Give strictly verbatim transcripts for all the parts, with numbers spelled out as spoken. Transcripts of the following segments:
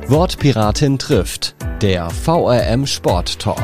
Wortpiratin trifft, der V R M Sport Talk.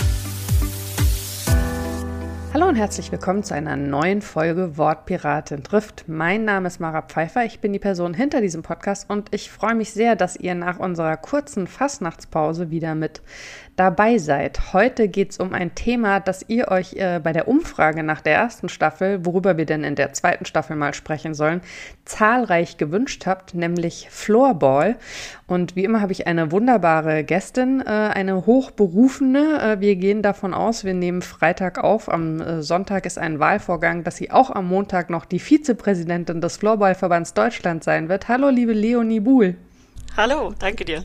Hallo und herzlich willkommen zu einer neuen Folge Wortpiratin trifft. Mein Name ist Mara Pfeiffer, ich bin die Person hinter diesem Podcast und ich freue mich sehr, dass ihr nach unserer kurzen Fastnachtspause wieder mit dabei seid. Heute geht es um ein Thema, das ihr euch äh, bei der Umfrage nach der ersten Staffel, worüber wir denn in der zweiten Staffel mal sprechen sollen, zahlreich gewünscht habt, nämlich Floorball. Und wie immer habe ich eine wunderbare Gästin, äh, eine hochberufene. Äh, wir gehen davon aus, wir nehmen Freitag auf. Am äh, Sonntag ist ein Wahlvorgang, dass sie auch am Montag noch die Vizepräsidentin des Floorballverbands Deutschland sein wird. Hallo, liebe Leonie Buhl. Hallo, danke dir.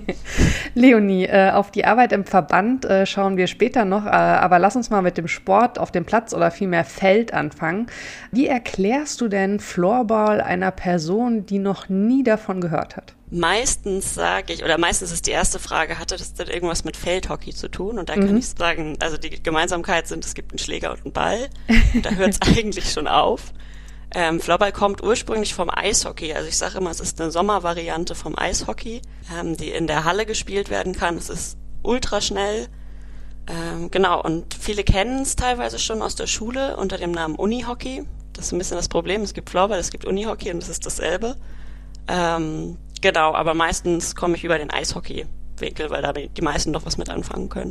Leonie, äh, auf die Arbeit im Verband äh, schauen wir später noch, äh, aber lass uns mal mit dem Sport auf dem Platz oder vielmehr Feld anfangen. Wie erklärst du denn Floorball einer Person, die noch nie davon gehört hat? Meistens sage ich, oder meistens ist die erste Frage, hatte das denn irgendwas mit Feldhockey zu tun? Und da Mhm. kann ich sagen, also die Gemeinsamkeit sind, es gibt einen Schläger und einen Ball. Und da hört es eigentlich schon auf. Ähm, Floorball kommt ursprünglich vom Eishockey. Also ich sage immer, es ist eine Sommervariante vom Eishockey, ähm, die in der Halle gespielt werden kann. Es ist ultra schnell. Ähm, genau, und viele kennen es teilweise schon aus der Schule unter dem Namen Unihockey. Das ist ein bisschen das Problem. Es gibt Floorball, es gibt Unihockey und es ist dasselbe. Ähm, genau, aber meistens komme ich über den Eishockey-Winkel, weil da die meisten doch was mit anfangen können.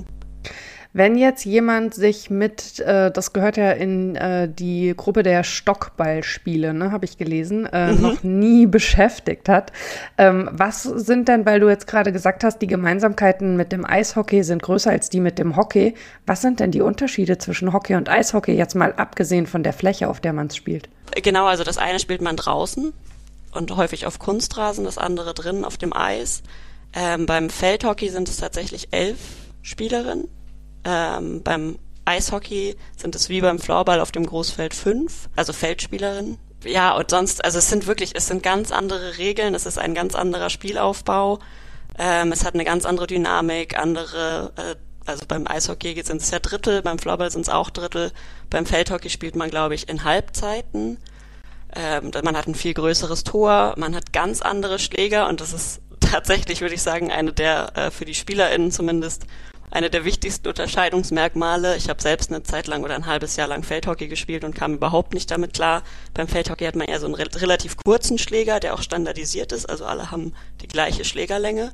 Wenn jetzt jemand sich mit, äh, das gehört ja in äh, die Gruppe der Stockballspiele, ne, habe ich gelesen, äh, Mhm. noch nie beschäftigt hat, ähm, was sind denn, weil du jetzt gerade gesagt hast, die Gemeinsamkeiten mit dem Eishockey sind größer als die mit dem Hockey, was sind denn die Unterschiede zwischen Hockey und Eishockey, jetzt mal abgesehen von der Fläche, auf der man es spielt? Genau, also das eine spielt man draußen und häufig auf Kunstrasen, das andere drin auf dem Eis. Ähm, beim Feldhockey sind es tatsächlich elf Spielerinnen. Ähm, beim Eishockey sind es wie beim Floorball auf dem Großfeld fünf, also Feldspielerinnen. Ja, und sonst, also es sind wirklich, es sind ganz andere Regeln, es ist ein ganz anderer Spielaufbau, ähm, es hat eine ganz andere Dynamik, andere, äh, also beim Eishockey sind es ja Drittel, beim Floorball sind es auch Drittel, beim Feldhockey spielt man, glaube ich, in Halbzeiten. Ähm, man hat ein viel größeres Tor, man hat ganz andere Schläger und das ist tatsächlich, würde ich sagen, eine der, äh, für die SpielerInnen zumindest, eine der wichtigsten Unterscheidungsmerkmale. Ich habe selbst eine Zeit lang oder ein halbes Jahr lang Feldhockey gespielt und kam überhaupt nicht damit klar. Beim Feldhockey hat man eher so einen re- relativ kurzen Schläger, der auch standardisiert ist, also alle haben die gleiche Schlägerlänge.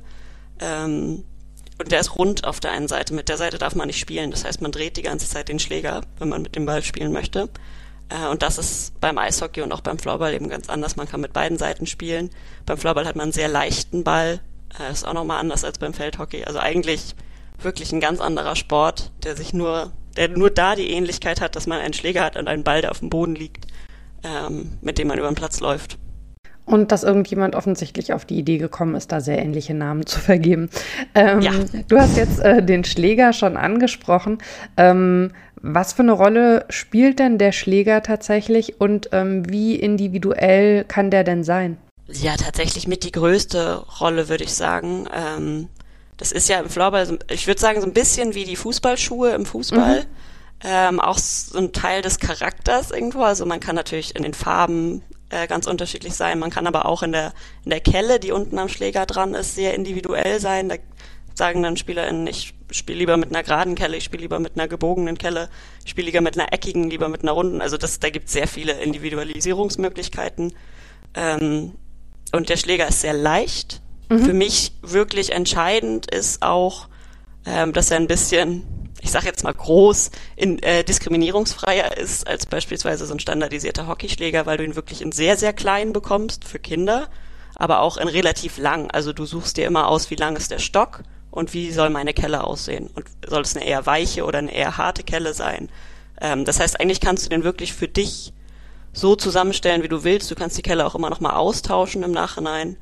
Ähm, und der ist rund auf der einen Seite. Mit der Seite darf man nicht spielen, das heißt, man dreht die ganze Zeit den Schläger, wenn man mit dem Ball spielen möchte. Äh, und das ist beim Eishockey und auch beim Floorball eben ganz anders. Man kann mit beiden Seiten spielen. Beim Floorball hat man einen sehr leichten Ball. Äh, ist auch nochmal anders als beim Feldhockey. Also eigentlich wirklich ein ganz anderer Sport, der sich nur, der nur da die Ähnlichkeit hat, dass man einen Schläger hat und einen Ball, der auf dem Boden liegt, ähm, mit dem man über den Platz läuft. Und dass irgendjemand offensichtlich auf die Idee gekommen ist, da sehr ähnliche Namen zu vergeben. Ähm, Ja. Du hast jetzt äh, den Schläger schon angesprochen. Ähm, was für eine Rolle spielt denn der Schläger tatsächlich und ähm, wie individuell kann der denn sein? Ja, tatsächlich mit die größte Rolle, würde ich sagen. Ähm, das ist ja im Floorball, so- ich würde sagen, so ein bisschen wie die Fußballschuhe im Fußball. Mhm. Ähm, auch so ein Teil des Charakters irgendwo. Also man kann natürlich in den Farben äh, ganz unterschiedlich sein. Man kann aber auch in der, in der Kelle, die unten am Schläger dran ist, sehr individuell sein. Da sagen dann SpielerInnen, ich spiele lieber mit einer geraden Kelle, ich spiele lieber mit einer gebogenen Kelle, ich spiele lieber mit einer eckigen, lieber mit einer runden. Also das, da gibt es sehr viele Individualisierungsmöglichkeiten. Ähm, und der Schläger ist sehr leicht. Mhm. Für mich wirklich entscheidend ist auch, ähm, dass er ein bisschen, ich sage jetzt mal groß, in, äh, diskriminierungsfreier ist als beispielsweise so ein standardisierter Hockeyschläger, weil du ihn wirklich in sehr, sehr klein bekommst für Kinder, aber auch in relativ lang. Also du suchst dir immer aus, wie lang ist der Stock und wie soll meine Kelle aussehen. Und soll es eine eher weiche oder eine eher harte Kelle sein? Ähm, das heißt, eigentlich kannst du den wirklich für dich so zusammenstellen, wie du willst. Du kannst die Kelle auch immer noch mal austauschen im Nachhinein.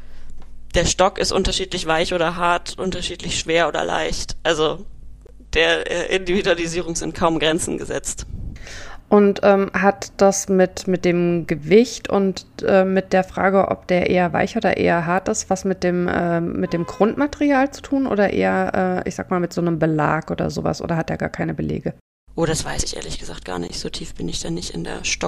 Der Stock ist unterschiedlich weich oder hart, unterschiedlich schwer oder leicht. Also der äh, Individualisierung sind kaum Grenzen gesetzt. Und ähm, hat das mit, mit dem Gewicht und äh, mit der Frage, ob der eher weich oder eher hart ist, was mit dem, äh, mit dem Grundmaterial zu tun oder eher, äh, ich sag mal, mit so einem Belag oder sowas? Oder hat er gar keine Belege? Oh, das weiß ich ehrlich gesagt gar nicht. So tief bin ich da nicht in der Stock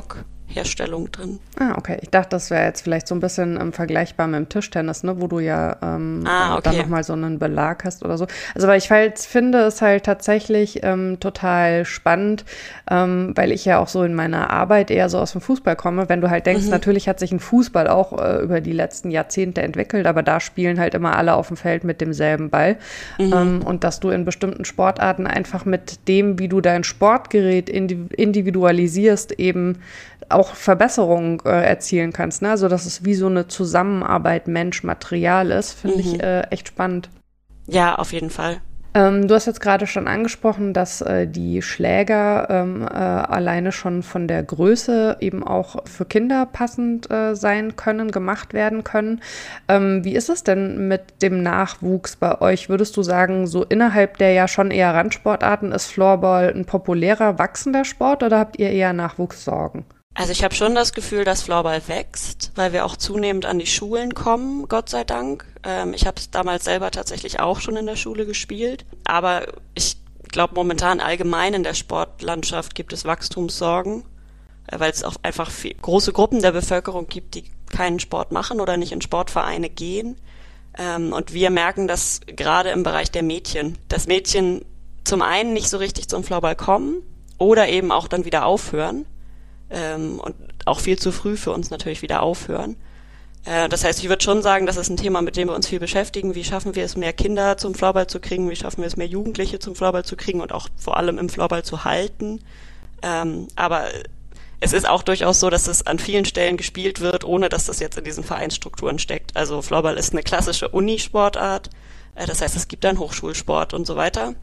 Herstellung drin. Ah, okay. Ich dachte, das wäre jetzt vielleicht so ein bisschen ähm, vergleichbar mit dem Tischtennis, ne, wo du ja ähm, ah, okay. dann nochmal so einen Belag hast oder so. Also, weil ich halt finde es halt tatsächlich ähm, total spannend, ähm, weil ich ja auch so in meiner Arbeit eher so aus dem Fußball komme. Wenn du halt denkst, mhm. natürlich hat sich ein Fußball auch äh, über die letzten Jahrzehnte entwickelt, aber da spielen halt immer alle auf dem Feld mit demselben Ball. Mhm. Ähm, und dass du in bestimmten Sportarten einfach mit dem, wie du dein Sportgerät individualisierst, eben auch Verbesserungen äh, erzielen kannst, ne? Also dass es wie so eine Zusammenarbeit Mensch-Material ist, finde mhm. ich äh, echt spannend. Ja, auf jeden Fall. Ähm, du hast jetzt gerade schon angesprochen, dass äh, die Schläger ähm, äh, alleine schon von der Größe eben auch für Kinder passend äh, sein können, gemacht werden können. Ähm, wie ist es denn mit dem Nachwuchs bei euch? Würdest du sagen, so innerhalb der ja schon eher Randsportarten ist Floorball ein populärer, wachsender Sport oder habt ihr eher Nachwuchssorgen? Also ich habe schon das Gefühl, dass Floorball wächst, weil wir auch zunehmend an die Schulen kommen, Gott sei Dank. Ähm, ich habe es damals selber tatsächlich auch schon in der Schule gespielt. Aber ich glaube, momentan allgemein in der Sportlandschaft gibt es Wachstumssorgen, äh, weil es auch einfach viel, große Gruppen der Bevölkerung gibt, die keinen Sport machen oder nicht in Sportvereine gehen. Ähm, und wir merken das gerade im Bereich der Mädchen, dass Mädchen zum einen nicht so richtig zum Floorball kommen oder eben auch dann wieder aufhören. Ähm, und auch viel zu früh für uns natürlich wieder aufhören. Äh, das heißt, ich würde schon sagen, das ist ein Thema, mit dem wir uns viel beschäftigen. Wie schaffen wir es, mehr Kinder zum Floorball zu kriegen? Wie schaffen wir es, mehr Jugendliche zum Floorball zu kriegen und auch vor allem im Floorball zu halten? Ähm, aber es ist auch durchaus so, dass es an vielen Stellen gespielt wird, ohne dass das jetzt in diesen Vereinsstrukturen steckt. Also Floorball ist eine klassische Unisportart. Äh, das heißt, es gibt dann Hochschulsport und so weiter.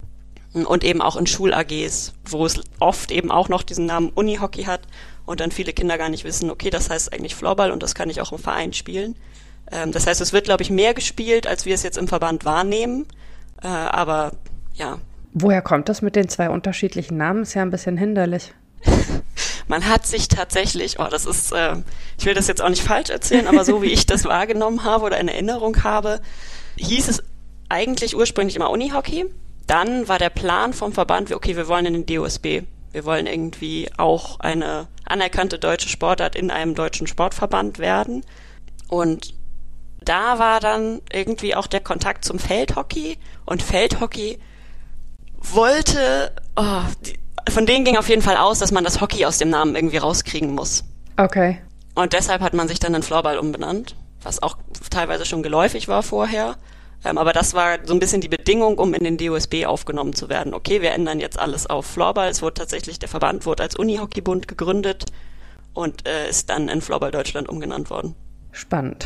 Und eben auch in Schul-A Gs, wo es oft eben auch noch diesen Namen Unihockey hat und dann viele Kinder gar nicht wissen, okay, das heißt eigentlich Floorball und das kann ich auch im Verein spielen. Ähm, das heißt, es wird, glaube ich, mehr gespielt, als wir es jetzt im Verband wahrnehmen. Äh, aber ja. Woher kommt das mit den zwei unterschiedlichen Namen? Ist ja ein bisschen hinderlich. Man hat sich tatsächlich, oh, das ist, äh, ich will das jetzt auch nicht falsch erzählen, aber so wie ich das wahrgenommen habe oder in Erinnerung habe, hieß es eigentlich ursprünglich immer Unihockey. Dann war der Plan vom Verband, okay, wir wollen in den D O S B. Wir wollen irgendwie auch eine anerkannte deutsche Sportart in einem deutschen Sportverband werden. Und da war dann irgendwie auch der Kontakt zum Feldhockey. Und Feldhockey wollte, oh, die, von denen ging auf jeden Fall aus, dass man das Hockey aus dem Namen irgendwie rauskriegen muss. Okay. Und deshalb hat man sich dann in Floorball umbenannt, was auch teilweise schon geläufig war vorher. Ähm, aber das war so ein bisschen die Bedingung, um in den D O S B aufgenommen zu werden. Okay, wir ändern jetzt alles auf Floorball. Es wurde tatsächlich, der Verband wurde als Unihockeybund gegründet und äh, ist dann in Floorball Deutschland umgenannt worden. Spannend.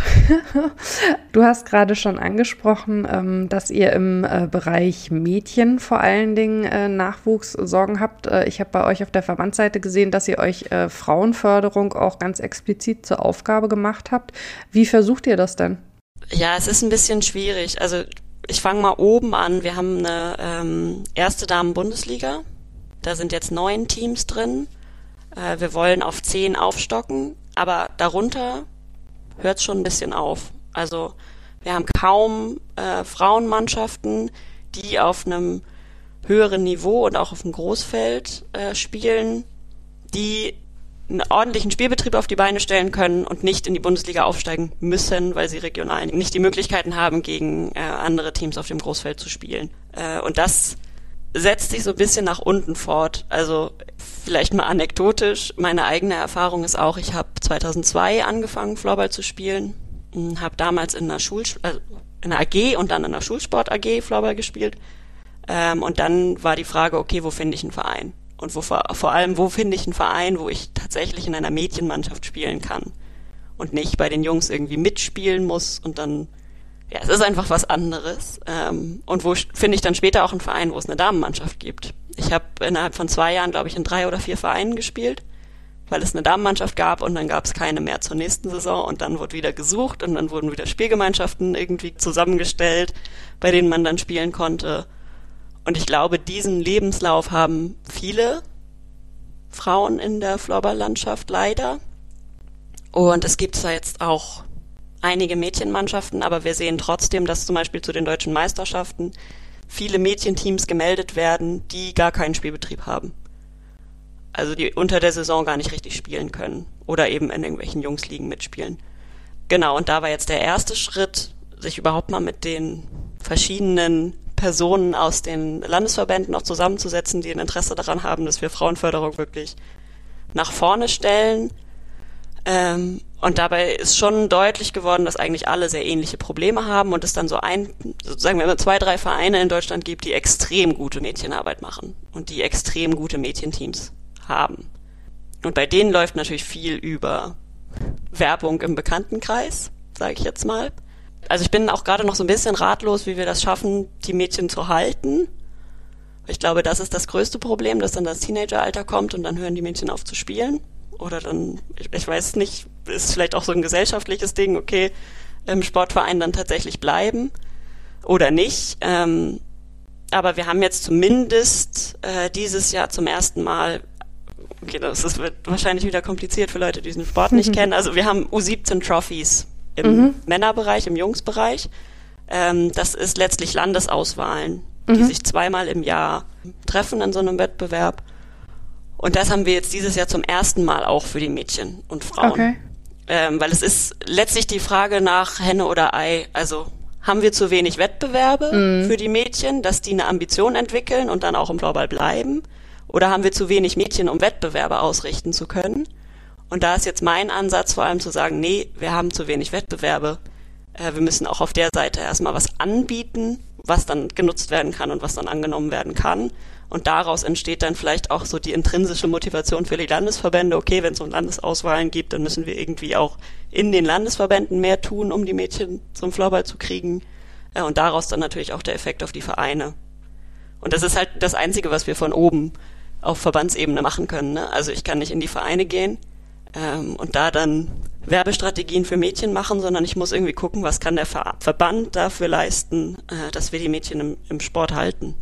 Du hast gerade schon angesprochen, ähm, dass ihr im äh, Bereich Mädchen vor allen Dingen äh, Nachwuchssorgen habt. Äh, ich habe bei euch auf der Verbandsseite gesehen, dass ihr euch äh, Frauenförderung auch ganz explizit zur Aufgabe gemacht habt. Wie versucht ihr das denn? Ja, es ist ein bisschen schwierig. Also ich fange mal oben an. Wir haben eine ähm, erste Damen-Bundesliga. Da sind jetzt neun Teams drin. Äh, wir wollen auf zehn aufstocken, aber darunter hört es schon ein bisschen auf. Also wir haben kaum äh, Frauenmannschaften, die auf einem höheren Niveau und auch auf dem Großfeld äh, spielen, die einen ordentlichen Spielbetrieb auf die Beine stellen können und nicht in die Bundesliga aufsteigen müssen, weil sie regional nicht die Möglichkeiten haben, gegen äh, andere Teams auf dem Großfeld zu spielen. Äh, und das setzt sich so ein bisschen nach unten fort. Also vielleicht mal anekdotisch, meine eigene Erfahrung ist auch, ich habe zweitausendzwei angefangen, Floorball zu spielen, habe damals in einer Schul also in einer A G und dann in einer Schulsport-A G Floorball gespielt. Ähm, und dann war die Frage, okay, wo finde ich einen Verein? Und wo, vor allem, wo finde ich einen Verein, wo ich tatsächlich in einer Mädchenmannschaft spielen kann und nicht bei den Jungs irgendwie mitspielen muss und dann, ja, es ist einfach was anderes. Ähm, und wo finde ich dann später auch einen Verein, wo es eine Damenmannschaft gibt. Ich habe innerhalb von zwei Jahren, glaube ich, in drei oder vier Vereinen gespielt, weil es eine Damenmannschaft gab und dann gab es keine mehr zur nächsten Saison und dann wurde wieder gesucht und dann wurden wieder Spielgemeinschaften irgendwie zusammengestellt, bei denen man dann spielen konnte. Und ich glaube, diesen Lebenslauf haben viele Frauen in der Floorball-Landschaft leider. Und es gibt zwar jetzt auch einige Mädchenmannschaften, aber wir sehen trotzdem, dass zum Beispiel zu den deutschen Meisterschaften viele Mädchenteams gemeldet werden, die gar keinen Spielbetrieb haben. Also die unter der Saison gar nicht richtig spielen können oder eben in irgendwelchen Jungsligen mitspielen. Genau, und da war jetzt der erste Schritt, sich überhaupt mal mit den verschiedenen Personen aus den Landesverbänden auch zusammenzusetzen, die ein Interesse daran haben, dass wir Frauenförderung wirklich nach vorne stellen. Ähm, und dabei ist schon deutlich geworden, dass eigentlich alle sehr ähnliche Probleme haben und es dann so ein, sozusagen, wenn es zwei, drei Vereine in Deutschland gibt, die extrem gute Mädchenarbeit machen und die extrem gute Mädchenteams haben. Und bei denen läuft natürlich viel über Werbung im Bekanntenkreis, sage ich jetzt mal. Also ich bin auch gerade noch so ein bisschen ratlos, wie wir das schaffen, die Mädchen zu halten. Ich glaube, das ist das größte Problem, dass dann das Teenageralter kommt und dann hören die Mädchen auf zu spielen. Oder dann, ich, ich weiß nicht, ist vielleicht auch so ein gesellschaftliches Ding, okay, im Sportverein dann tatsächlich bleiben oder nicht. Ähm, aber wir haben jetzt zumindest äh, dieses Jahr zum ersten Mal, okay, das ist, wird wahrscheinlich wieder kompliziert für Leute, die diesen Sport nicht kennen, also wir haben U siebzehn Trophies im mhm. Männerbereich, im Jungsbereich. Ähm, das ist letztlich Landesauswahlen, die mhm. sich zweimal im Jahr treffen in so einem Wettbewerb. Und das haben wir jetzt dieses Jahr zum ersten Mal auch für die Mädchen und Frauen. Okay. Ähm, weil es ist letztlich die Frage nach Henne oder Ei. Also haben wir zu wenig Wettbewerbe mhm. für die Mädchen, dass die eine Ambition entwickeln und dann auch im Floorball bleiben? Oder haben wir zu wenig Mädchen, um Wettbewerbe ausrichten zu können? Und da ist jetzt mein Ansatz vor allem zu sagen, nee, wir haben zu wenig Wettbewerbe. Äh, wir müssen auch auf der Seite erstmal was anbieten, was dann genutzt werden kann und was dann angenommen werden kann. Und daraus entsteht dann vielleicht auch so die intrinsische Motivation für die Landesverbände. Okay, wenn es so Landesauswahlen gibt, dann müssen wir irgendwie auch in den Landesverbänden mehr tun, um die Mädchen zum Floorball zu kriegen. Äh, und daraus dann natürlich auch der Effekt auf die Vereine. Und das ist halt das Einzige, was wir von oben auf Verbandsebene machen können. Ne? Also ich kann nicht in die Vereine gehen ähm, und da dann Werbestrategien für Mädchen machen, sondern ich muss irgendwie gucken, was kann der Ver- Verband dafür leisten, äh, dass wir die Mädchen im, im Sport halten.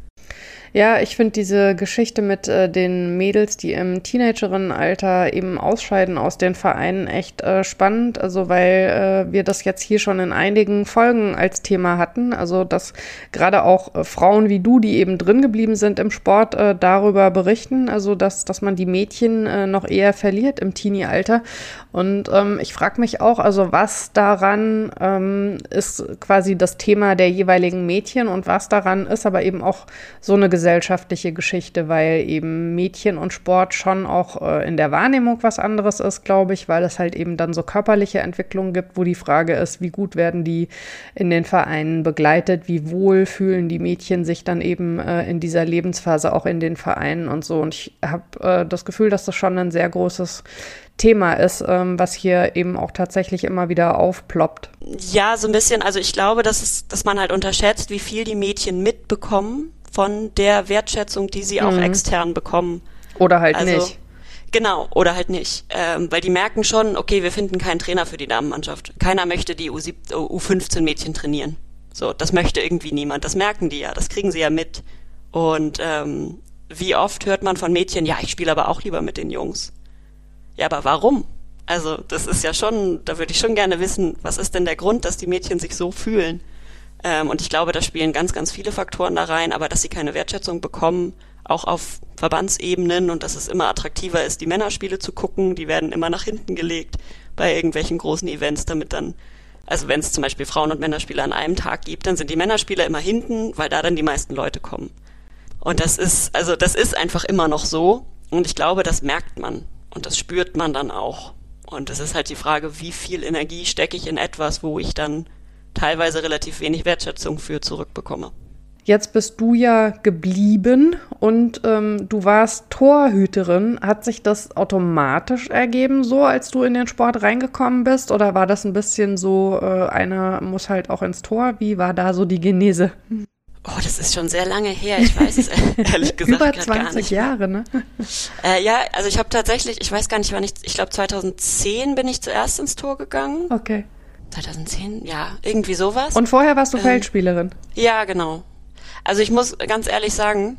Ja, ich finde diese Geschichte mit äh, den Mädels, die im Teenagerinnenalter eben ausscheiden aus den Vereinen, echt äh, spannend. Also weil äh, wir das jetzt hier schon in einigen Folgen als Thema hatten. Also dass gerade auch äh, Frauen wie du, die eben drin geblieben sind im Sport, äh, darüber berichten. Also dass, dass man die Mädchen äh, noch eher verliert im Teenie-Alter. Und ähm, ich frage mich auch, also was daran ähm, ist quasi das Thema der jeweiligen Mädchen und was daran ist aber eben auch so eine gesellschaftliche Geschichte, weil eben Mädchen und Sport schon auch äh, in der Wahrnehmung was anderes ist, glaube ich, weil es halt eben dann so körperliche Entwicklungen gibt, wo die Frage ist, wie gut werden die in den Vereinen begleitet, wie wohl fühlen die Mädchen sich dann eben äh, in dieser Lebensphase auch in den Vereinen und so. Und ich habe äh, das Gefühl, dass das schon ein sehr großes Thema ist, ähm, was hier eben auch tatsächlich immer wieder aufploppt. Ja, so ein bisschen. Also ich glaube, dass es, dass man halt unterschätzt, wie viel die Mädchen mitbekommen von der Wertschätzung, die sie auch mhm. extern bekommen. Oder halt also, nicht. Genau, oder halt nicht. Ähm, weil die merken schon, okay, wir finden keinen Trainer für die Damenmannschaft. Keiner möchte die U fünfzehn Mädchen trainieren. So, das möchte irgendwie niemand. Das merken die ja, das kriegen sie ja mit. Und ähm, wie oft hört man von Mädchen, ja, ich spiele aber auch lieber mit den Jungs. Ja, aber warum? Also das ist ja schon, da würde ich schon gerne wissen, was ist denn der Grund, dass die Mädchen sich so fühlen? Ähm, und ich glaube, da spielen ganz, ganz viele Faktoren da rein, aber dass sie keine Wertschätzung bekommen, auch auf Verbandsebenen und dass es immer attraktiver ist, die Männerspiele zu gucken, die werden immer nach hinten gelegt bei irgendwelchen großen Events, damit dann, also wenn es zum Beispiel Frauen- und Männerspiele an einem Tag gibt, dann sind die Männerspiele immer hinten, weil da dann die meisten Leute kommen. Und das ist, also das ist einfach immer noch so und ich glaube, das merkt man. Und das spürt man dann auch. Und es ist halt die Frage, wie viel Energie stecke ich in etwas, wo ich dann teilweise relativ wenig Wertschätzung für zurückbekomme. Jetzt bist du ja geblieben und ähm, du warst Torhüterin. Hat sich das automatisch ergeben, so als du in den Sport reingekommen bist? Oder war das ein bisschen so, äh, einer muss halt auch ins Tor? Wie war da so die Genese? Oh, das ist schon sehr lange her. Ich weiß es ehrlich gesagt Über gar nicht. zwanzig Jahre, ne? Äh, ja, also ich habe tatsächlich, ich weiß gar nicht, wann ich, ich glaube zweitausendzehn bin ich zuerst ins Tor gegangen. Okay. zweitausendzehn, ja, irgendwie sowas. Und vorher warst du ähm, Feldspielerin? Ja, genau. Also ich muss ganz ehrlich sagen,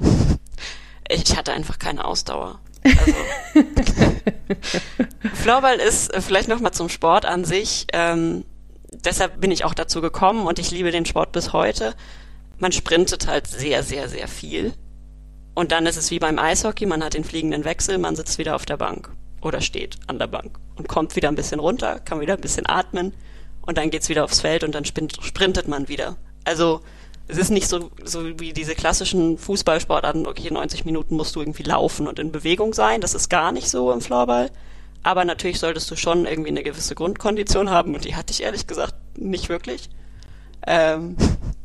ich hatte einfach keine Ausdauer. Also Floorball ist äh, vielleicht nochmal zum Sport an sich. Ähm, deshalb bin ich auch dazu gekommen und ich liebe den Sport bis heute. Man sprintet halt sehr, sehr, sehr viel. Und dann ist es wie beim Eishockey, man hat den fliegenden Wechsel, man sitzt wieder auf der Bank oder steht an der Bank und kommt wieder ein bisschen runter, kann wieder ein bisschen atmen und dann geht's wieder aufs Feld und dann sprintet man wieder. Also es ist nicht so, so wie diese klassischen Fußballsportarten, okay, neunzig Minuten musst du irgendwie laufen und in Bewegung sein, das ist gar nicht so im Floorball. Aber natürlich solltest du schon irgendwie eine gewisse Grundkondition haben und die hatte ich ehrlich gesagt nicht wirklich. Ähm...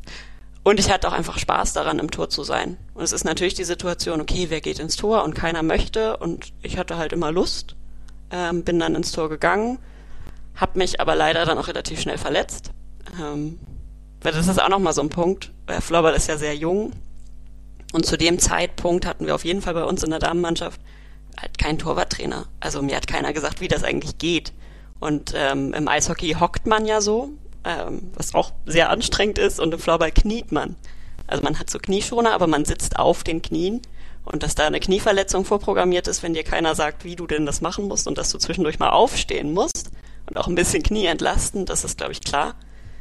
Und ich hatte auch einfach Spaß daran, im Tor zu sein. Und es ist natürlich die Situation, okay, wer geht ins Tor und keiner möchte. Und ich hatte halt immer Lust, ähm, bin dann ins Tor gegangen, habe mich aber leider dann auch relativ schnell verletzt. Ähm, weil das ist auch nochmal so ein Punkt. Der Floorball ist ja sehr jung. Und zu dem Zeitpunkt hatten wir auf jeden Fall bei uns in der Damenmannschaft halt keinen Torwarttrainer. Also mir hat keiner gesagt, wie das eigentlich geht. Und ähm, im Eishockey hockt man ja so. Ähm, was auch sehr anstrengend ist und im Floorball kniet man. Also man hat so Knieschoner, aber man sitzt auf den Knien und dass da eine Knieverletzung vorprogrammiert ist, wenn dir keiner sagt, wie du denn das machen musst und dass du zwischendurch mal aufstehen musst und auch ein bisschen Knie entlasten, das ist, glaube ich, klar.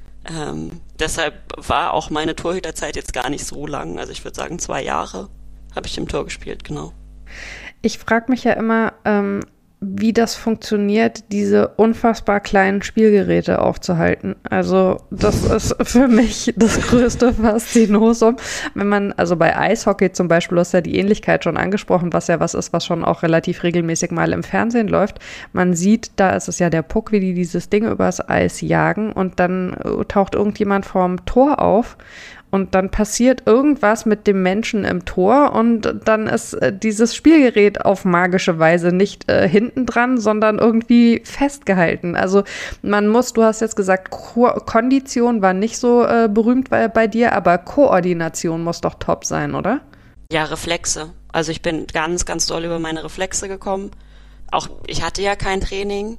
Ähm, deshalb war auch meine Torhüterzeit jetzt gar nicht so lang. Also ich würde sagen, zwei Jahre habe ich im Tor gespielt, genau. Ich frage mich ja immer, ähm, wie das funktioniert, diese unfassbar kleinen Spielgeräte aufzuhalten. Also das ist für mich das größte Faszinosum. Wenn man, also bei Eishockey zum Beispiel, du hast ja die Ähnlichkeit schon angesprochen, was ja was ist, was schon auch relativ regelmäßig mal im Fernsehen läuft. Man sieht, da ist es ja der Puck, wie die dieses Ding übers Eis jagen und dann taucht irgendjemand vorm Tor auf. Und dann passiert irgendwas mit dem Menschen im Tor und dann ist äh, dieses Spielgerät auf magische Weise nicht äh, hinten dran, sondern irgendwie festgehalten. Also man muss, du hast jetzt gesagt, Ko- Kondition war nicht so äh, berühmt bei, bei dir, aber Koordination muss doch top sein, oder? Ja, Reflexe. Also ich bin ganz, ganz doll über meine Reflexe gekommen. Auch ich hatte ja kein Training.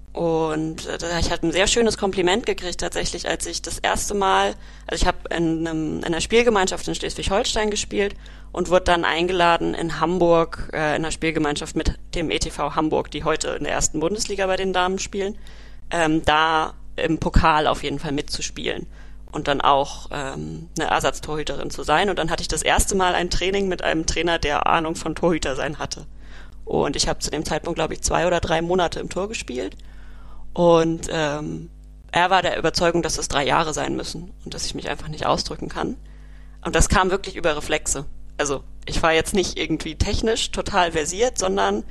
Und äh, ich hatte ein sehr schönes Kompliment gekriegt tatsächlich, als ich das erste Mal, also ich habe in, einem, in einer Spielgemeinschaft in Schleswig-Holstein gespielt und wurde dann eingeladen in Hamburg, äh, in einer Spielgemeinschaft mit dem E T V Hamburg, die heute in der ersten Bundesliga bei den Damen spielen, ähm, da im Pokal auf jeden Fall mitzuspielen und dann auch ähm, eine Ersatztorhüterin zu sein. Und dann hatte ich das erste Mal ein Training mit einem Trainer, der Ahnung von Torhüter sein hatte. Und ich habe zu dem Zeitpunkt, glaube ich, zwei oder drei Monate im Tor gespielt. Und ähm, er war der Überzeugung, dass es drei Jahre sein müssen und dass ich mich einfach nicht ausdrücken kann. Und das kam wirklich über Reflexe. Also ich war jetzt nicht irgendwie technisch total versiert, sondern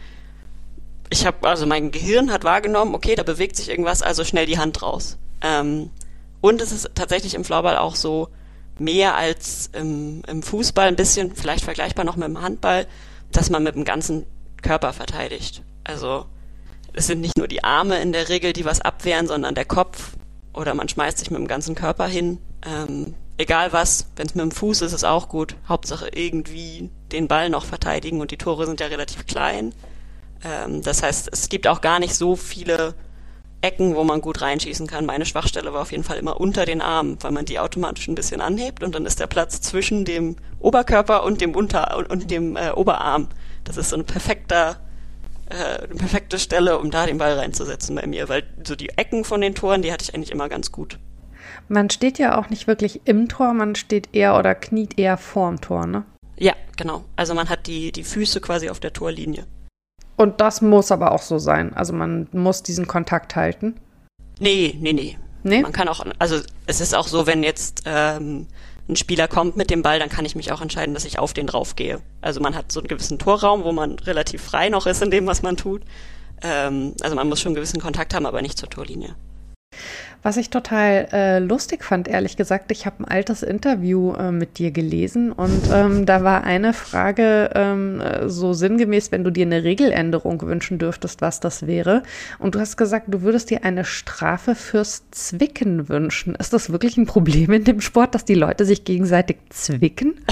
ich habe, also mein Gehirn hat wahrgenommen, okay, da bewegt sich irgendwas, also schnell die Hand raus. Ähm, und es ist tatsächlich im Floorball auch so, mehr als im, im Fußball, ein bisschen vielleicht vergleichbar noch mit dem Handball, dass man mit dem ganzen Körper verteidigt. Also es sind nicht nur die Arme in der Regel, die was abwehren, sondern der Kopf oder man schmeißt sich mit dem ganzen Körper hin. Ähm, egal was, wenn es mit dem Fuß ist, ist auch gut. Hauptsache irgendwie den Ball noch verteidigen und die Tore sind ja relativ klein. Ähm, das heißt, es gibt auch gar nicht so viele Ecken, wo man gut reinschießen kann. Meine Schwachstelle war auf jeden Fall immer unter den Armen, weil man die automatisch ein bisschen anhebt und dann ist der Platz zwischen dem Oberkörper und dem Unter- und, und dem äh, Oberarm. Das ist so ein perfekter eine perfekte Stelle, um da den Ball reinzusetzen bei mir, weil so die Ecken von den Toren, die hatte ich eigentlich immer ganz gut. Man steht ja auch nicht wirklich im Tor, man steht eher oder kniet eher vorm Tor, ne? Ja, genau. Also man hat die, die Füße quasi auf der Torlinie. Und das muss aber auch so sein. Also man muss diesen Kontakt halten. Nee, nee, nee. Nee? Man kann auch, also es ist auch so, wenn jetzt ähm, ein Spieler kommt mit dem Ball, dann kann ich mich auch entscheiden, dass ich auf den drauf gehe. Also man hat so einen gewissen Torraum, wo man relativ frei noch ist in dem, was man tut. Ähm, also man muss schon einen gewissen Kontakt haben, aber nicht zur Torlinie. Was ich total äh, lustig fand, ehrlich gesagt, ich habe ein altes Interview äh, mit dir gelesen und ähm, da war eine Frage ähm, so sinngemäß, wenn du dir eine Regeländerung wünschen dürftest, was das wäre. Und du hast gesagt, du würdest dir eine Strafe fürs Zwicken wünschen. Ist das wirklich ein Problem in dem Sport, dass die Leute sich gegenseitig zwicken?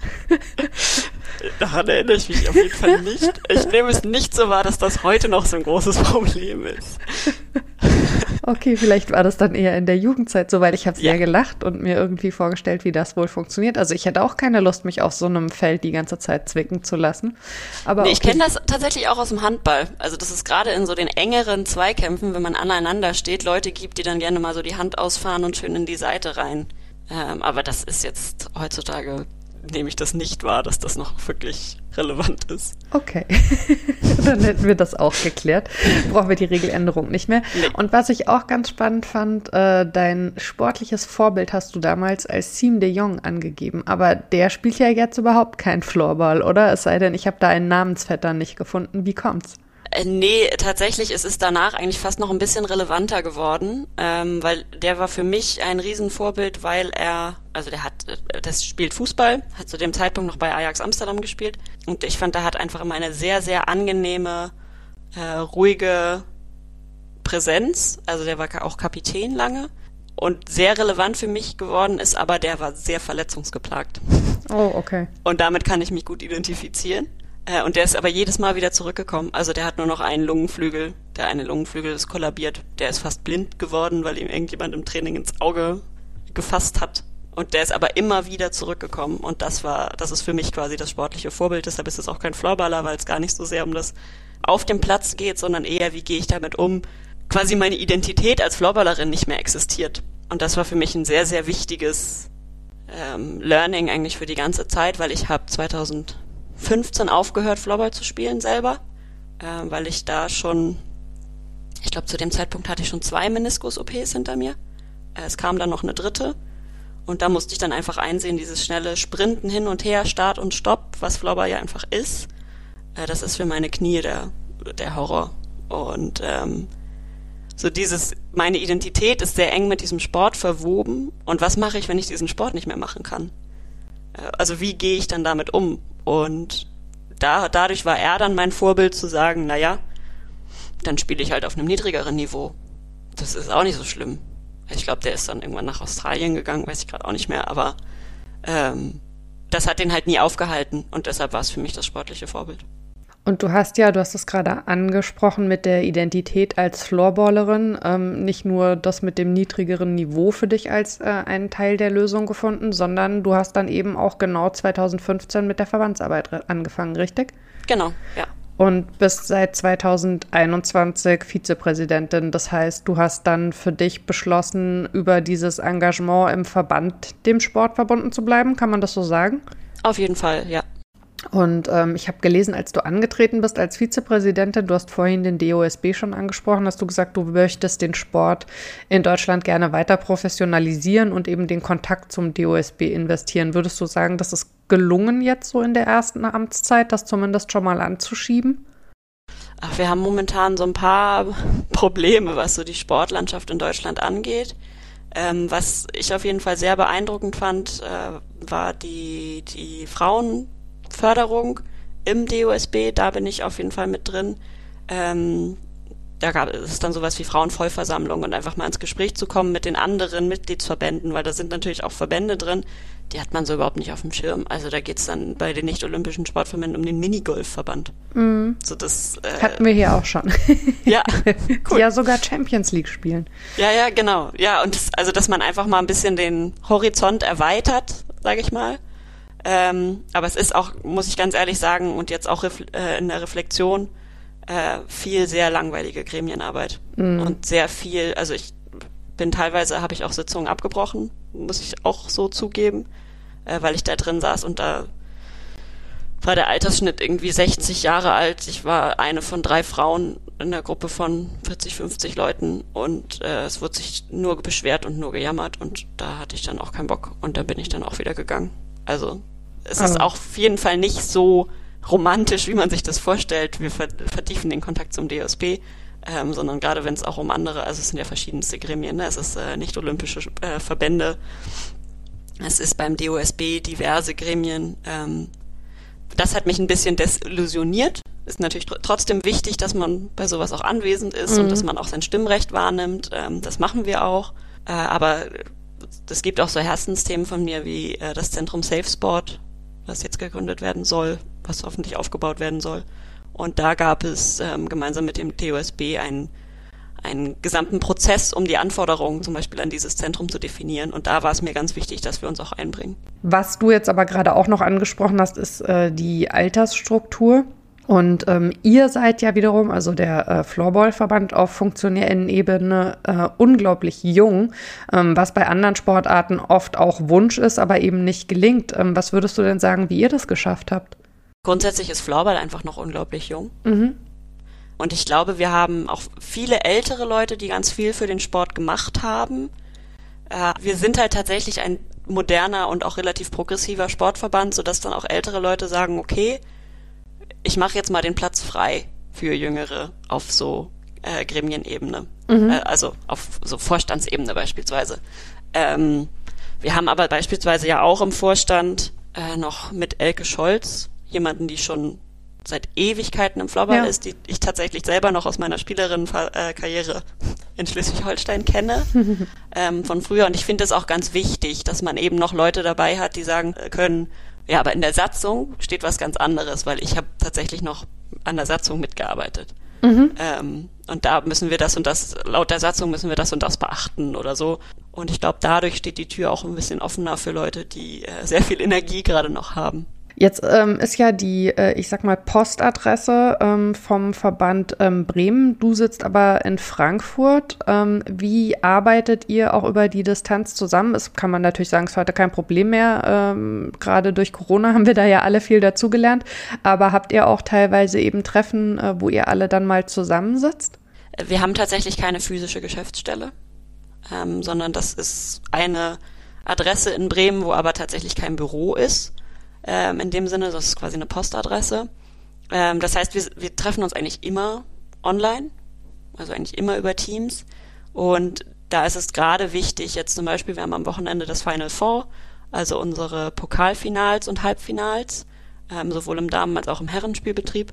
Daran erinnere ich mich auf jeden Fall nicht. Ich nehme es nicht so wahr, dass das heute noch so ein großes Problem ist. Okay, vielleicht war das dann eher in der Jugendzeit so, weil ich habe sehr Ja. gelacht und mir irgendwie vorgestellt, wie das wohl funktioniert. Also ich hätte auch keine Lust, mich auf so einem Feld die ganze Zeit zwicken zu lassen. Aber Nee, ich okay. kenne das tatsächlich auch aus dem Handball. Also das ist gerade in so den engeren Zweikämpfen, wenn man aneinander steht, Leute gibt, die dann gerne mal so die Hand ausfahren und schön in die Seite rein. Ähm, aber das ist jetzt heutzutage nehme ich das nicht wahr, dass das noch wirklich relevant ist. Okay, dann hätten wir das auch geklärt. Brauchen wir die Regeländerung nicht mehr. Nee. Und was ich auch ganz spannend fand, äh, dein sportliches Vorbild hast du damals als Siem de Jong angegeben. Aber der spielt ja jetzt überhaupt kein Floorball, oder? Es sei denn, ich habe da einen Namensvetter nicht gefunden. Wie kommt's? Nee, tatsächlich ist es danach eigentlich fast noch ein bisschen relevanter geworden, ähm, weil der war für mich ein Riesenvorbild, weil er, also der hat, das spielt Fußball, hat zu dem Zeitpunkt noch bei Ajax Amsterdam gespielt und ich fand, der hat einfach immer eine sehr, sehr angenehme, äh, ruhige Präsenz, also der war auch Kapitän lange und sehr relevant für mich geworden ist, aber der war sehr verletzungsgeplagt. Oh, okay. Und damit kann ich mich gut identifizieren. Äh, und der ist aber jedes Mal wieder zurückgekommen. Also der hat nur noch einen Lungenflügel. Der eine Lungenflügel ist kollabiert. Der ist fast blind geworden, weil ihm irgendjemand im Training ins Auge gefasst hat. Und der ist aber immer wieder zurückgekommen. Und das war, das ist für mich quasi das sportliche Vorbild. Deshalb ist es auch kein Floorballer, weil es gar nicht so sehr um das auf dem Platz geht, sondern eher, wie gehe ich damit um, quasi meine Identität als Floorballerin nicht mehr existiert. Und das war für mich ein sehr, sehr wichtiges ähm, Learning eigentlich für die ganze Zeit, weil ich habe zweitausendfünfzehn aufgehört, Floorball zu spielen selber, äh, weil ich da schon, ich glaube zu dem Zeitpunkt hatte ich schon zwei Meniskus-O Ps hinter mir. Äh, es kam dann noch eine dritte und da musste ich dann einfach einsehen, dieses schnelle Sprinten hin und her, Start und Stopp, was Floorball ja einfach ist, äh, das ist für meine Knie der, der Horror. Und ähm, so dieses, meine Identität ist sehr eng mit diesem Sport verwoben und was mache ich, wenn ich diesen Sport nicht mehr machen kann? Äh, also wie gehe ich dann damit um? Und da, dadurch war er dann mein Vorbild zu sagen, naja, dann spiele ich halt auf einem niedrigeren Niveau. Das ist auch nicht so schlimm. Ich glaube, der ist dann irgendwann nach Australien gegangen, weiß ich gerade auch nicht mehr, aber ähm, das hat den halt nie aufgehalten und deshalb war es für mich das sportliche Vorbild. Und du hast ja, du hast es gerade angesprochen mit der Identität als Floorballerin, ähm, nicht nur das mit dem niedrigeren Niveau für dich als äh, einen Teil der Lösung gefunden, sondern du hast dann eben auch genau zweitausendfünfzehn mit der Verbandsarbeit re- angefangen, richtig? Genau, ja. Und bist seit zweitausendeinundzwanzig Vizepräsidentin. Das heißt, du hast dann für dich beschlossen, über dieses Engagement im Verband dem Sport verbunden zu bleiben. Kann man das so sagen? Auf jeden Fall, ja. Und ähm, ich habe gelesen, als du angetreten bist als Vizepräsidentin, du hast vorhin den D O S B schon angesprochen, hast du gesagt, du möchtest den Sport in Deutschland gerne weiter professionalisieren und eben den Kontakt zum D O S B investieren. Würdest du sagen, das ist gelungen jetzt so in der ersten Amtszeit, das zumindest schon mal anzuschieben? Ach, wir haben momentan so ein paar Probleme, was so die Sportlandschaft in Deutschland angeht. Ähm, was ich auf jeden Fall sehr beeindruckend fand, äh, war die, die Frauen Förderung im D O S B, da bin ich auf jeden Fall mit drin. Ähm, da gab es dann sowas wie Frauenvollversammlung und einfach mal ins Gespräch zu kommen mit den anderen Mitgliedsverbänden, weil da sind natürlich auch Verbände drin, die hat man so überhaupt nicht auf dem Schirm. Also da geht's dann bei den nicht-olympischen Sportverbänden um den Minigolfverband. Mhm. So das, äh, hatten wir hier auch schon. Ja, cool. Die ja sogar Champions League spielen. Ja, ja, genau. Ja, und das, also dass man einfach mal ein bisschen den Horizont erweitert, sage ich mal. Ähm, aber es ist auch, muss ich ganz ehrlich sagen, und jetzt auch refle- äh, in der Reflexion, äh, viel sehr langweilige Gremienarbeit. Mhm. Und sehr viel, also ich bin teilweise, habe ich auch Sitzungen abgebrochen, muss ich auch so zugeben, äh, weil ich da drin saß und da war der Altersschnitt irgendwie sechzig Jahre alt. Ich war eine von drei Frauen in der Gruppe von vierzig, fünfzig Leuten und äh, es wurde sich nur beschwert und nur gejammert und da hatte ich dann auch keinen Bock und da bin ich dann auch wieder gegangen. Also es ist auch auf jeden Fall nicht so romantisch, wie man sich das vorstellt. Wir vertiefen den Kontakt zum D O S B, ähm, sondern gerade wenn es auch um andere, also es sind ja verschiedenste Gremien, ne? Es ist äh, nicht olympische äh, Verbände, es ist beim D O S B diverse Gremien. Ähm, das hat mich ein bisschen desillusionioniert. Ist natürlich tr- trotzdem wichtig, dass man bei sowas auch anwesend ist mhm. und dass man auch sein Stimmrecht wahrnimmt. Ähm, das machen wir auch. Äh, aber es gibt auch so Herzensthemen von mir wie äh, das Zentrum Safe Sport, was jetzt gegründet werden soll, was hoffentlich aufgebaut werden soll. Und da gab es ähm, gemeinsam mit dem D O S B einen, einen gesamten Prozess, um die Anforderungen zum Beispiel an dieses Zentrum zu definieren. Und da war es mir ganz wichtig, dass wir uns auch einbringen. Was du jetzt aber gerade auch noch angesprochen hast, ist äh, die Altersstruktur. Und ähm, ihr seid ja wiederum, also der äh, Floorball-Verband auf funktionellen Ebene, äh, unglaublich jung, ähm, was bei anderen Sportarten oft auch Wunsch ist, aber eben nicht gelingt. Ähm, was würdest du denn sagen, wie ihr das geschafft habt? Grundsätzlich ist Floorball einfach noch unglaublich jung. Mhm. Und ich glaube, wir haben auch viele ältere Leute, die ganz viel für den Sport gemacht haben. Äh, wir sind halt tatsächlich ein moderner und auch relativ progressiver Sportverband, sodass dann auch ältere Leute sagen, okay, ich mache jetzt mal den Platz frei für Jüngere auf so äh, Gremienebene, mhm. äh, also auf so Vorstandsebene beispielsweise. Ähm, wir haben aber beispielsweise ja auch im Vorstand äh, noch mit Elke Scholz, jemanden, die schon seit Ewigkeiten im Floorball ja. ist, die ich tatsächlich selber noch aus meiner Spielerinnenkarriere in Schleswig-Holstein kenne, ähm, von früher. Und ich finde es auch ganz wichtig, dass man eben noch Leute dabei hat, die sagen können, ja, aber in der Satzung steht was ganz anderes, weil ich habe tatsächlich noch an der Satzung mitgearbeitet. Mhm. Ähm, und da müssen wir das und das, laut der Satzung müssen wir das und das beachten oder so. Und ich glaube, dadurch steht die Tür auch ein bisschen offener für Leute, die äh, sehr viel Energie gerade noch haben. Jetzt ähm, ist ja die, äh, ich sag mal, Postadresse ähm, vom Verband ähm, Bremen. Du sitzt aber in Frankfurt. Ähm, wie arbeitet ihr auch über die Distanz zusammen? Es kann man natürlich sagen, ist heute kein Problem mehr. Ähm, gerade durch Corona haben wir da ja alle viel dazugelernt. Aber habt ihr auch teilweise eben Treffen, äh, wo ihr alle dann mal zusammensitzt? Wir haben tatsächlich keine physische Geschäftsstelle, ähm, sondern das ist eine Adresse in Bremen, wo aber tatsächlich kein Büro ist. Ähm, in dem Sinne, das ist quasi eine Postadresse. Ähm, das heißt, wir, wir treffen uns eigentlich immer online, also eigentlich immer über Teams. Und da ist es gerade wichtig, jetzt zum Beispiel, wir haben am Wochenende das Final Four, also unsere Pokalfinals und Halbfinals, ähm, sowohl im Damen- als auch im Herrenspielbetrieb.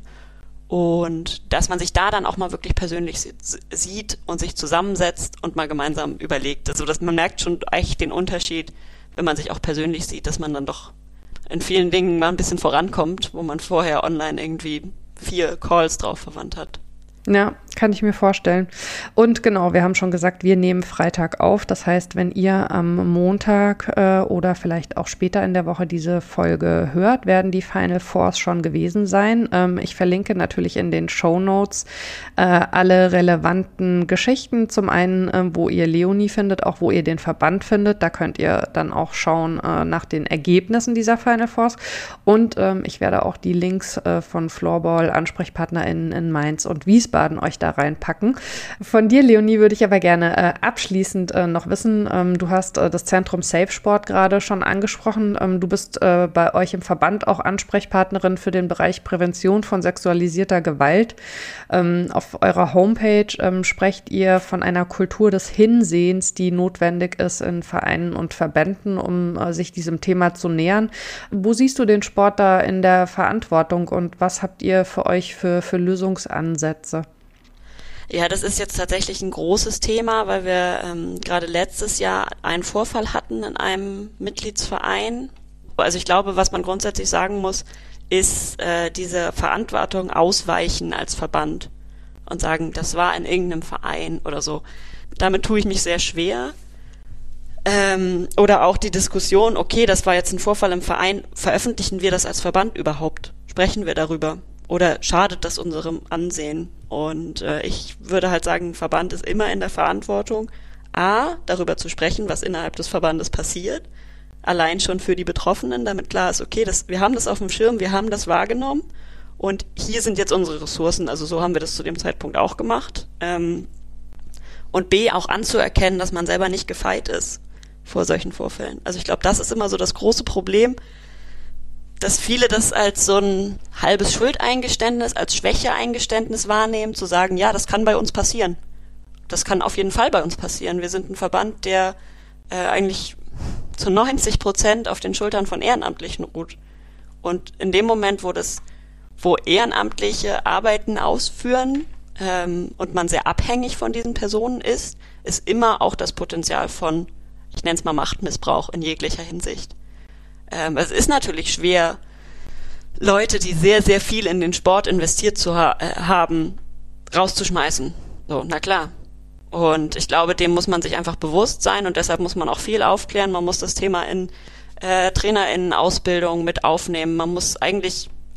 Und dass man sich da dann auch mal wirklich persönlich sieht und sich zusammensetzt und mal gemeinsam überlegt. Also dass man merkt schon echt den Unterschied, wenn man sich auch persönlich sieht, dass man dann doch in vielen Dingen mal ein bisschen vorankommt, wo man vorher online irgendwie vier Calls drauf verwandt hat. Ja, kann ich mir vorstellen. Und genau, wir haben schon gesagt, wir nehmen Freitag auf. Das heißt, wenn ihr am Montag äh, oder vielleicht auch später in der Woche diese Folge hört, werden die Final Fours schon gewesen sein. Ähm, ich verlinke natürlich in den Shownotes äh, alle relevanten Geschichten. Zum einen, äh, wo ihr Leonie findet, auch wo ihr den Verband findet. Da könnt ihr dann auch schauen äh, nach den Ergebnissen dieser Final Fours. Und ähm, ich werde auch die Links äh, von Floorball, AnsprechpartnerInnen in Mainz und Wiesbaden euch da reinpacken. Von dir, Leonie, würde ich aber gerne äh, abschließend äh, noch wissen, ähm, du hast äh, das Zentrum Safe Sport gerade schon angesprochen. Ähm, du bist äh, bei euch im Verband auch Ansprechpartnerin für den Bereich Prävention von sexualisierter Gewalt. Ähm, auf eurer Homepage ähm, sprecht ihr von einer Kultur des Hinsehens, die notwendig ist in Vereinen und Verbänden, um äh, sich diesem Thema zu nähern. Wo siehst du den Sport da in der Verantwortung und was habt ihr für euch für, für Lösungsansätze? Ja, das ist jetzt tatsächlich ein großes Thema, weil wir ähm, gerade letztes Jahr einen Vorfall hatten in einem Mitgliedsverein. Also ich glaube, was man grundsätzlich sagen muss, ist äh, diese Verantwortung ausweichen als Verband und sagen, das war in irgendeinem Verein oder so. Damit tue ich mich sehr schwer. Ähm, oder auch die Diskussion, okay, das war jetzt ein Vorfall im Verein, veröffentlichen wir das als Verband überhaupt? Sprechen wir darüber? Oder schadet das unserem Ansehen? Und äh, ich würde halt sagen, ein Verband ist immer in der Verantwortung, A, darüber zu sprechen, was innerhalb des Verbandes passiert, allein schon für die Betroffenen, damit klar ist, okay, das, wir haben das auf dem Schirm, wir haben das wahrgenommen und hier sind jetzt unsere Ressourcen, also so haben wir das zu dem Zeitpunkt auch gemacht. Ähm, und B, auch anzuerkennen, dass man selber nicht gefeit ist vor solchen Vorfällen. Also ich glaube, das ist immer so das große Problem, dass viele das als so ein halbes Schuldeingeständnis, als Schwächeeingeständnis wahrnehmen, zu sagen, ja, das kann bei uns passieren. Das kann auf jeden Fall bei uns passieren. Wir sind ein Verband, der äh, eigentlich zu neunzig Prozent auf den Schultern von Ehrenamtlichen ruht. Und in dem Moment, wo das, wo Ehrenamtliche Arbeiten ausführen ähm, und man sehr abhängig von diesen Personen ist, ist immer auch das Potenzial von, ich nenne es mal Machtmissbrauch in jeglicher Hinsicht. Ähm, es ist natürlich schwer, Leute, die sehr, sehr viel in den Sport investiert zu ha- äh, haben, rauszuschmeißen. So, na klar. Und ich glaube, dem muss man sich einfach bewusst sein und deshalb muss man auch viel aufklären. Man muss das Thema in äh, TrainerInnen-Ausbildung mit aufnehmen. Man muss eigentlich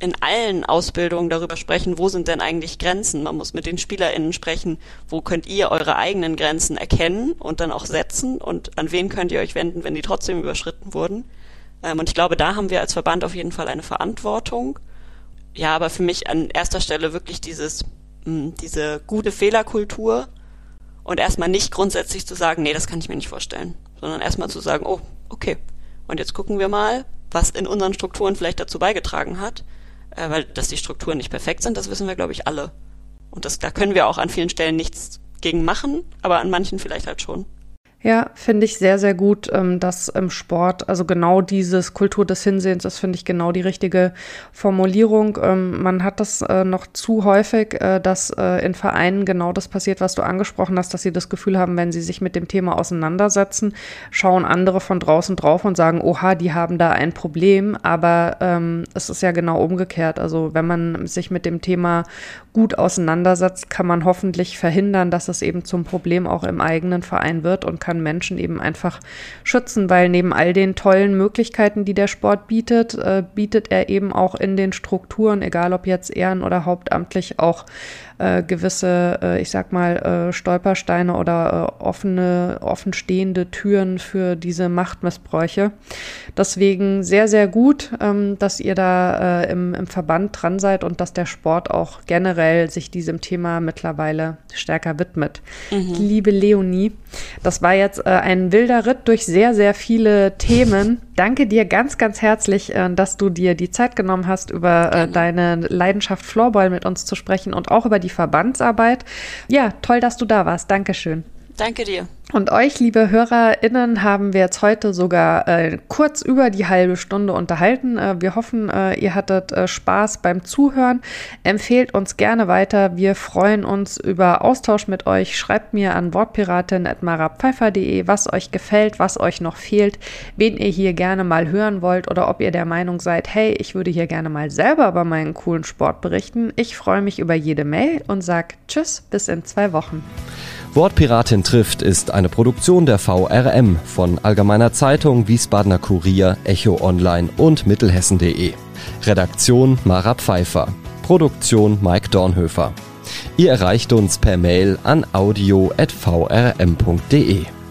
in allen Ausbildungen darüber sprechen, wo sind denn eigentlich Grenzen. Man muss mit den SpielerInnen sprechen, wo könnt ihr eure eigenen Grenzen erkennen und dann auch setzen und an wen könnt ihr euch wenden, wenn die trotzdem überschritten wurden. Ähm, und ich glaube, da haben wir als Verband auf jeden Fall eine Verantwortung. Ja, aber für mich an erster Stelle wirklich dieses, mh, diese gute Fehlerkultur und erstmal nicht grundsätzlich zu sagen, nee, das kann ich mir nicht vorstellen, sondern erstmal zu sagen, oh, okay, und jetzt gucken wir mal, was in unseren Strukturen vielleicht dazu beigetragen hat, äh, weil dass die Strukturen nicht perfekt sind, das wissen wir, glaube ich, alle. Und das, da können wir auch an vielen Stellen nichts gegen machen, aber an manchen vielleicht halt schon. Ja, finde ich sehr, sehr gut, dass im Sport, also genau dieses Kultur des Hinsehens, das finde ich genau die richtige Formulierung. Man hat das noch zu häufig, dass in Vereinen genau das passiert, was du angesprochen hast, dass sie das Gefühl haben, wenn sie sich mit dem Thema auseinandersetzen, schauen andere von draußen drauf und sagen, oha, die haben da ein Problem, aber ähm, es ist ja genau umgekehrt. Also wenn man sich mit dem Thema gut auseinandersetzt, kann man hoffentlich verhindern, dass es eben zum Problem auch im eigenen Verein wird und kann Menschen eben einfach schützen, weil neben all den tollen Möglichkeiten, die der Sport bietet, äh, bietet er eben auch in den Strukturen, egal ob jetzt ehren- oder hauptamtlich, auch äh, gewisse, äh, ich sag mal, äh, Stolpersteine oder äh, offene, offenstehende Türen für diese Machtmissbräuche. Deswegen sehr, sehr gut, ähm, dass ihr da äh, im, im Verband dran seid und dass der Sport auch generell sich diesem Thema mittlerweile stärker widmet. Mhm. Liebe Leonie, das war jetzt äh, ein wilder Ritt durch sehr, sehr viele Themen. Danke dir ganz, ganz herzlich, äh, dass du dir die Zeit genommen hast, über äh, deine Leidenschaft Floorball mit uns zu sprechen und auch über die Verbandsarbeit. Ja, toll, dass du da warst. Dankeschön. Danke dir. Und euch, liebe HörerInnen, haben wir jetzt heute sogar äh, kurz über die halbe Stunde unterhalten. Äh, wir hoffen, äh, ihr hattet äh, Spaß beim Zuhören. Empfehlt uns gerne weiter. Wir freuen uns über Austausch mit euch. Schreibt mir an wortpiratin at marapfeifer punkt de, was euch gefällt, was euch noch fehlt, wen ihr hier gerne mal hören wollt oder ob ihr der Meinung seid, hey, ich würde hier gerne mal selber über meinen coolen Sport berichten. Ich freue mich über jede Mail und sage Tschüss, bis in zwei Wochen. Wortpiratin trifft ist eine Produktion der V R M von Allgemeiner Zeitung, Wiesbadener Kurier, Echo Online und Mittelhessen punkt de. Redaktion Mara Pfeiffer. Produktion Mike Dornhöfer. Ihr erreicht uns per Mail an audio at v r m punkt de.